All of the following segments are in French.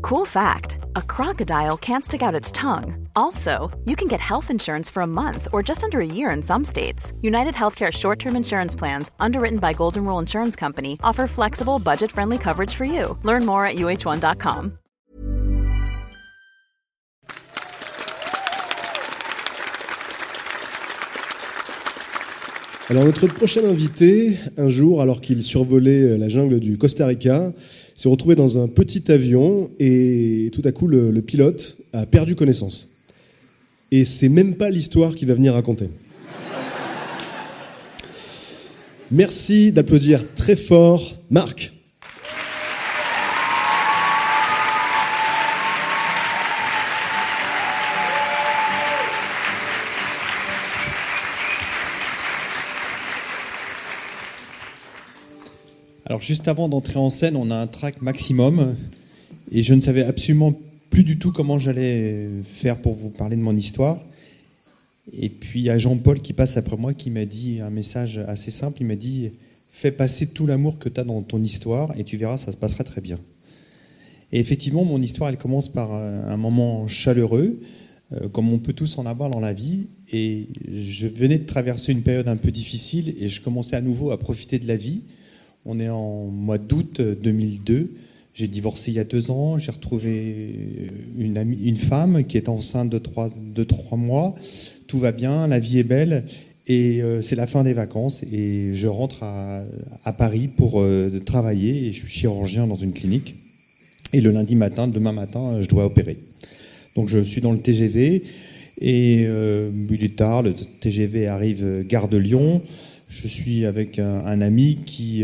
Cool fact, a crocodile can't stick out its tongue. Also, you can get health insurance for a month or just under a year in some states. United Healthcare short-term insurance plans, underwritten by Golden Rule Insurance Company, offer flexible, budget-friendly coverage for you. Learn more at uh1.com. Alors notre prochain invité, un jour, alors qu'il survolait la jungle du Costa Rica, s'est retrouvé dans un petit avion et tout à coup le pilote a perdu connaissance. Et c'est même pas l'histoire qu'il va venir raconter. Merci d'applaudir très fort Marc. Alors juste avant d'entrer en scène, on a un track maximum et je ne savais absolument plus du tout comment j'allais faire pour vous parler de mon histoire. Et puis il y a Jean-Paul qui passe après moi qui m'a dit un message assez simple, il m'a dit « Fais passer tout l'amour que tu as dans ton histoire et tu verras, ça se passera très bien ». Et effectivement, mon histoire, elle commence par un moment chaleureux, comme on peut tous en avoir dans la vie. Et je venais de traverser une période un peu difficile et je commençais à nouveau à profiter de la vie. On est en mois d'août 2002. J'ai divorcé il y a 2 ans. J'ai retrouvé une femme qui est enceinte de 3 mois. Tout va bien, la vie est belle. Et c'est la fin des vacances. Et je rentre à Paris pour travailler. Et je suis chirurgien dans une clinique. Et le lundi matin, demain matin, je dois opérer. Donc je suis dans le TGV. Et il est tard, le TGV arrive gare de Lyon. Je suis avec un ami qui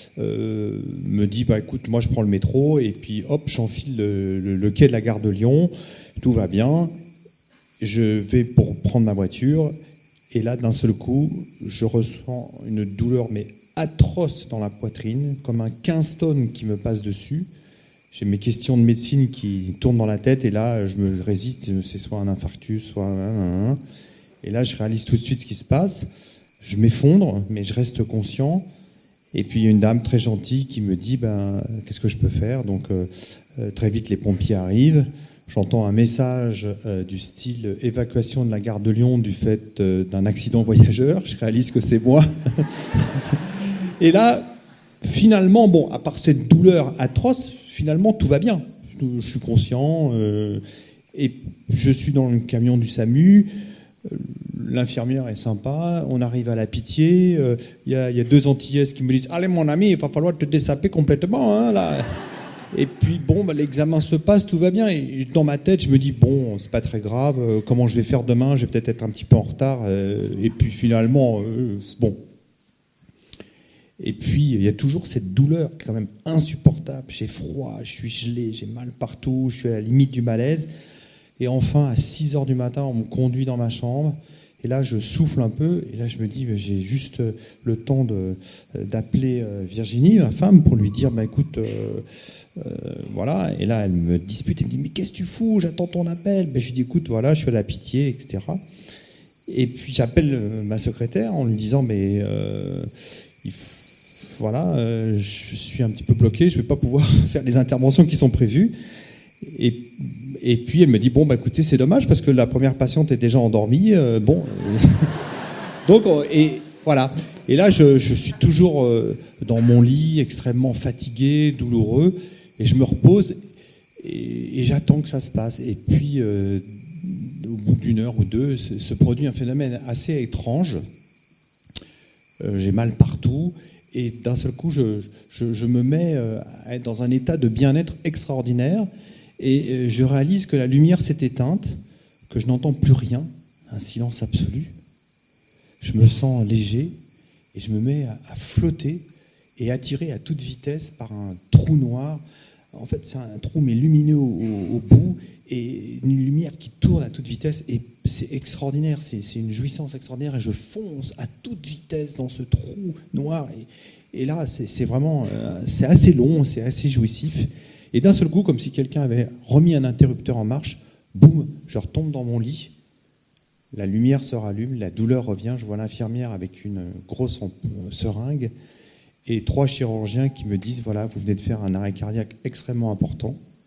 me dit bah, écoute, moi je prends le métro et puis hop, j'enfile le quai de la gare de Lyon, tout va bien. Je vais pour prendre ma voiture et là, d'un seul coup, je ressens une douleur mais atroce dans la poitrine, comme un 15 tonnes qui me passe dessus. J'ai mes questions de médecine qui tournent dans la tête et là, je me résiste, c'est soit un infarctus, soit... Et là, je réalise tout de suite ce qui se passe. Je m'effondre, mais je reste conscient. Et puis, il y a une dame très gentille qui me dit qu'est-ce que je peux faire ? Donc, très vite, les pompiers arrivent. J'entends un message du style « évacuation de la gare de Lyon du fait d'un accident voyageur ». Je réalise que c'est moi. Et là, finalement, bon, à part cette douleur atroce, finalement, tout va bien. Je suis conscient. Et je suis dans le camion du SAMU. L'infirmière est sympa, on arrive à la Pitié, il y a 2 Antillaises qui me disent « Allez mon ami, il va falloir te dessaper complètement, hein, là !» Et puis bon, l'examen se passe, tout va bien, et dans ma tête, je me dis « Bon, c'est pas très grave, comment je vais faire demain, je vais peut-être être un petit peu en retard, et puis finalement, bon. » Et puis, il y a toujours cette douleur qui est quand même insupportable, j'ai froid, je suis gelé, j'ai mal partout, je suis à la limite du malaise. Et enfin, à 6h du matin, on me conduit dans ma chambre. Et là, je souffle un peu. Et là, je me dis, j'ai juste le temps d'appeler Virginie, ma femme, pour lui dire, écoute, voilà. Et là, elle me dispute. Elle me dit, mais qu'est-ce que tu fous ? J'attends ton appel. Je lui dis, écoute, voilà, je suis à la Pitié, etc. Et puis, j'appelle ma secrétaire en lui disant, voilà, je suis un petit peu bloqué. Je ne vais pas pouvoir faire les interventions qui sont prévues. Et puis elle me dit écoutez, c'est dommage parce que la première patiente est déjà endormie, donc et voilà. Et là je suis toujours dans mon lit, extrêmement fatigué, douloureux, et je me repose et j'attends que ça se passe. Et puis au bout d'1 heure ou 2 se produit un phénomène assez étrange. J'ai mal partout. Et d'un seul coup, je me mets à être dans un état de bien-être extraordinaire. Et je réalise que la lumière s'est éteinte, que je n'entends plus rien, un silence absolu. Je me sens léger et je me mets à flotter et attiré à toute vitesse par un trou noir. En fait, c'est un trou mais lumineux au bout et une lumière qui tourne à toute vitesse. Et c'est extraordinaire, c'est une jouissance extraordinaire. Et je fonce à toute vitesse dans ce trou noir. Et là, c'est vraiment, c'est assez long, c'est assez jouissif. Et d'un seul coup, comme si quelqu'un avait remis un interrupteur en marche, boum, je retombe dans mon lit, la lumière se rallume, la douleur revient, je vois l'infirmière avec une grosse seringue et 3 chirurgiens qui me disent, voilà, vous venez de faire un arrêt cardiaque extrêmement important,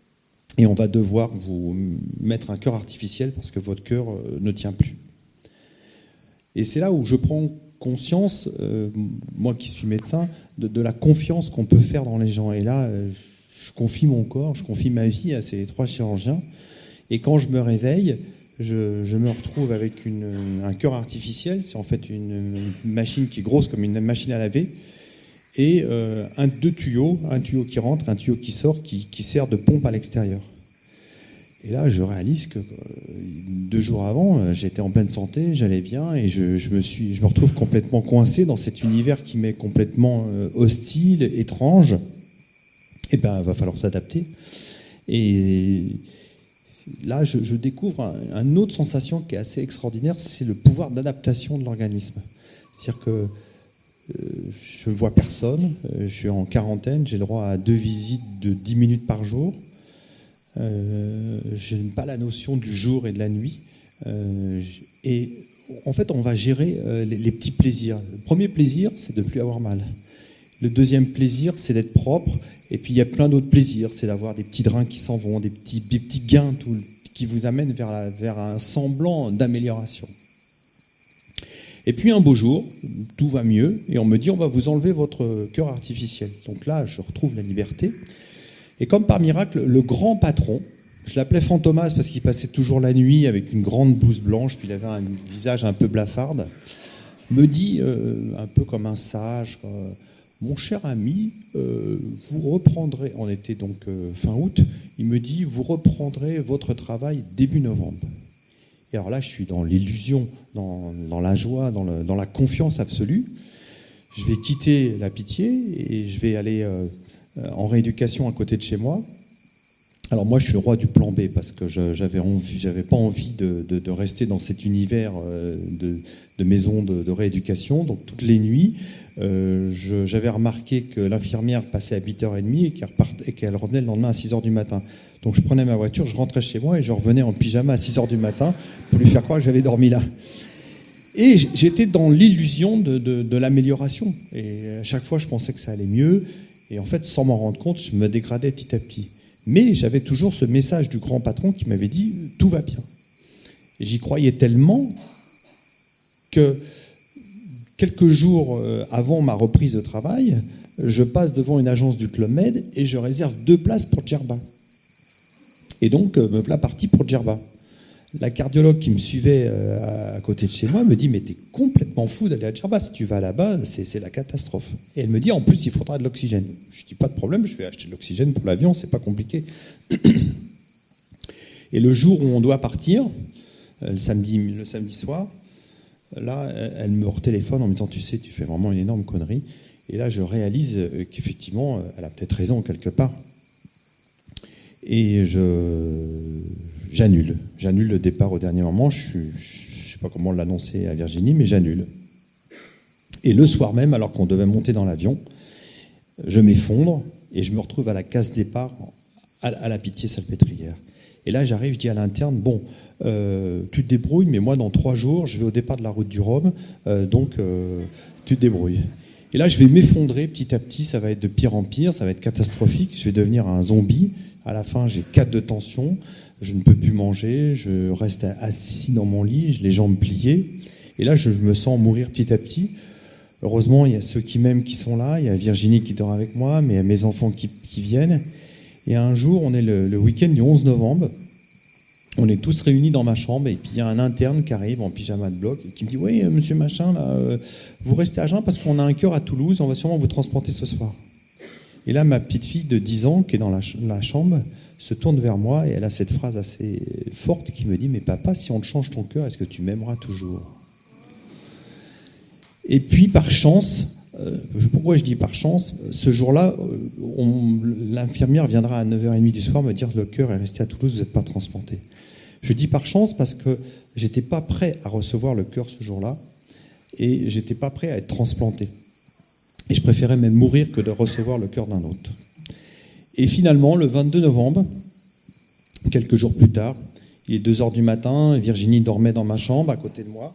et on va devoir vous mettre un cœur artificiel parce que votre cœur ne tient plus. Et c'est là où je prends conscience, moi qui suis médecin, de la confiance qu'on peut faire dans les gens. Et là, je confie mon corps, je confie ma vie à ces 3 chirurgiens. Et quand je me réveille, je me retrouve avec un cœur artificiel. C'est en fait une machine qui est grosse comme une machine à laver. Et 2 tuyaux, un tuyau qui rentre, un tuyau qui sort, qui sert de pompe à l'extérieur. Et là, je réalise que 2 jours avant, j'étais en pleine santé, j'allais bien, et je me retrouve complètement coincé dans cet univers qui m'est complètement hostile, étrange. Et ben, va falloir s'adapter. Et là, je découvre une autre sensation qui est assez extraordinaire, c'est le pouvoir d'adaptation de l'organisme. C'est-à-dire que je ne vois personne, je suis en quarantaine, j'ai le droit à 2 visites de 10 minutes par jour. Je n'aime pas la notion du jour et de la nuit. Et en fait, on va gérer les petits plaisirs. Le premier plaisir, c'est de ne plus avoir mal. Le deuxième plaisir, c'est d'être propre. Et puis, il y a plein d'autres plaisirs. C'est d'avoir des petits drains qui s'en vont, des petits gains qui vous amènent vers un semblant d'amélioration. Et puis, un beau jour, tout va mieux. Et on me dit, on va vous enlever votre cœur artificiel. Donc là, je retrouve la liberté. Et comme par miracle, le grand patron, je l'appelais Fantomas parce qu'il passait toujours la nuit avec une grande blouse blanche, puis il avait un visage un peu blafarde, me dit, un peu comme un sage, mon cher ami, vous reprendrez, on était donc fin août, il me dit, vous reprendrez votre travail début novembre. Et alors là, je suis dans l'illusion, dans la joie, dans la confiance absolue. Je vais quitter la Pitié et je vais aller en rééducation à côté de chez moi. Alors moi, je suis le roi du plan B parce que j'avais pas envie de rester dans cet univers de maison de rééducation. Donc toutes les nuits, j'avais remarqué que l'infirmière passait à 8h30 et qu'elle revenait le lendemain à 6h du matin. Donc je prenais ma voiture, je rentrais chez moi et je revenais en pyjama à 6h du matin pour lui faire croire que j'avais dormi là. Et j'étais dans l'illusion de l'amélioration. Et à chaque fois, je pensais que ça allait mieux. Et en fait, sans m'en rendre compte, je me dégradais petit à petit. Mais j'avais toujours ce message du grand patron qui m'avait dit « tout va bien ». Et j'y croyais tellement que quelques jours avant ma reprise de travail, je passe devant une agence du Club Med et je réserve 2 places pour Djerba. Et donc, me voilà parti pour Djerba. La cardiologue qui me suivait à côté de chez moi me dit « mais t'es complètement fou d'aller à Djerba, si tu vas là-bas, c'est la catastrophe ». Et elle me dit « en plus, il faudra de l'oxygène ». Je dis « pas de problème, je vais acheter de l'oxygène pour l'avion, c'est pas compliqué ». Et le jour où on doit partir, le samedi soir, là, elle me retéléphone en me disant « tu sais, tu fais vraiment une énorme connerie ». Et là, je réalise qu'effectivement, elle a peut-être raison quelque part. Et j'annule le départ au dernier moment. Je ne sais pas comment l'annoncer à Virginie, mais j'annule. Et le soir même, alors qu'on devait monter dans l'avion, je m'effondre et je me retrouve à la case départ à la Pitié-Salpêtrière. Et là, j'arrive, je dis à l'interne, bon, tu te débrouilles, mais moi, dans 3 jours, je vais au départ de la route du Rhum, donc tu te débrouilles. Et là, je vais m'effondrer petit à petit, ça va être de pire en pire, ça va être catastrophique, je vais devenir un zombie. À la fin, j'ai 4 de tension, je ne peux plus manger, je reste assis dans mon lit, j'ai les jambes pliées. Et là, je me sens mourir petit à petit. Heureusement, il y a ceux qui m'aiment qui sont là, il y a Virginie qui dort avec moi, mais il y a mes enfants qui viennent. Et un jour, on est le week-end du 11 novembre, on est tous réunis dans ma chambre, et puis il y a un interne qui arrive en pyjama de bloc, et qui me dit « oui, monsieur machin, là, vous restez à Agen parce qu'on a un cœur à Toulouse, on va sûrement vous transplanter ce soir ». Et là, ma petite fille de 10 ans, qui est dans la chambre, se tourne vers moi et elle a cette phrase assez forte qui me dit « mais papa, si on te change ton cœur, est-ce que tu m'aimeras toujours ?» Et puis, par chance, pourquoi je dis par chance, ce jour-là, l'infirmière viendra à 9h30 du soir me dire « le cœur est resté à Toulouse, vous n'êtes pas transplanté ». Je dis par chance parce que j'étais pas prêt à recevoir le cœur ce jour-là et j'étais pas prêt à être transplanté. Et je préférais même mourir que de recevoir le cœur d'un autre. Et finalement, le 22 novembre, quelques jours plus tard, il est 2h du matin, Virginie dormait dans ma chambre à côté de moi.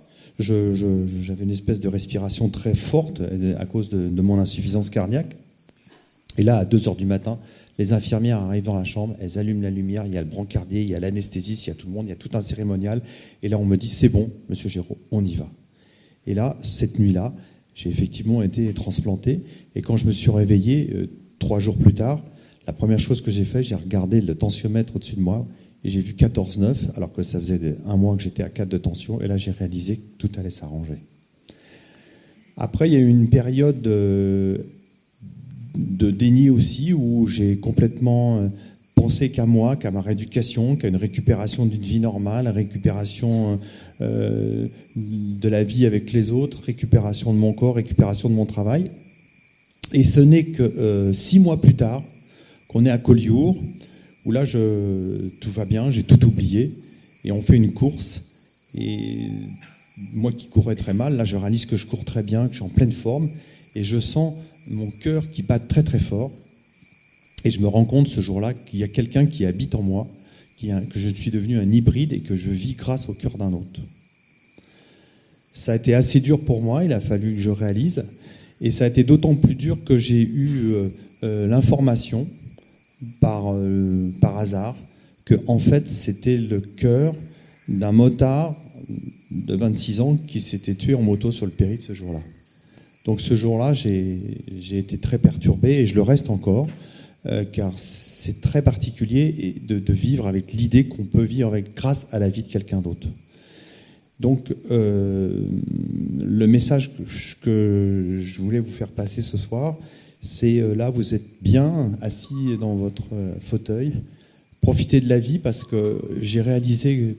J'avais une espèce de respiration très forte à cause de mon insuffisance cardiaque. Et là, à 2h du matin, les infirmières arrivent dans la chambre, elles allument la lumière, il y a le brancardier, il y a l'anesthésiste, il y a tout le monde, il y a tout un cérémonial. Et là, on me dit, c'est bon, monsieur Géraud, on y va. Et là, cette nuit-là, j'ai effectivement été transplanté. Et quand je me suis réveillé, 3 jours plus tard, la première chose que j'ai fait, j'ai regardé le tensiomètre au-dessus de moi et j'ai vu 14,9, alors que ça faisait 1 mois que j'étais à 4 de tension. Et là, j'ai réalisé que tout allait s'arranger. Après, il y a eu une période de déni aussi, où j'ai complètement pensé qu'à moi, qu'à ma rééducation, qu'à une récupération d'une vie normale, récupération de la vie avec les autres, récupération de mon corps, récupération de mon travail. Et ce n'est que 6 mois plus tard qu'on est à Collioure, où là, tout va bien, j'ai tout oublié, et on fait une course. Et moi qui courais très mal, là, je réalise que je cours très bien, que je suis en pleine forme, et je sens mon cœur qui bat très très fort. Et je me rends compte ce jour-là qu'il y a quelqu'un qui habite en moi, que je suis devenu un hybride et que je vis grâce au cœur d'un autre. Ça a été assez dur pour moi, il a fallu que je réalise. Et ça a été d'autant plus dur que j'ai eu l'information par hasard que en fait c'était le cœur d'un motard de 26 ans qui s'était tué en moto sur le périph' ce jour-là. Donc ce jour-là, j'ai été très perturbé et je le reste encore, car c'est très particulier de vivre avec l'idée qu'on peut vivre grâce à la vie de quelqu'un d'autre. Donc le message que je voulais vous faire passer ce soir, c'est là, vous êtes bien assis dans votre fauteuil, profitez de la vie, parce que j'ai réalisé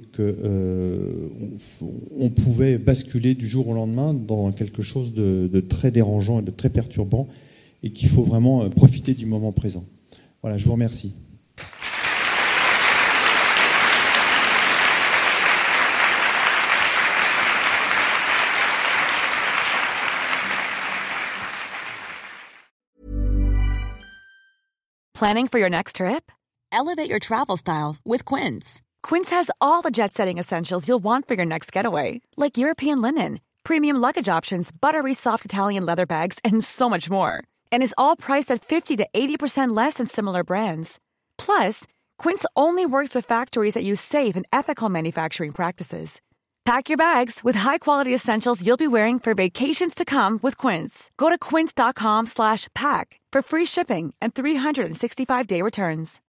qu'on pouvait basculer du jour au lendemain dans quelque chose de très dérangeant et de très perturbant, et qu'il faut vraiment profiter du moment présent. Voilà, je vous remercie. Planning for your next trip? Elevate your travel style with Quince. Quince has all the jet-setting essentials you'll want for your next getaway, like European linen, premium luggage options, buttery soft Italian leather bags, and so much more. And is all priced at 50 to 80% less than similar brands. Plus, Quince only works with factories that use safe and ethical manufacturing practices. Pack your bags with high-quality essentials you'll be wearing for vacations to come with Quince. Go to quince.com/pack for free shipping and 365-day returns.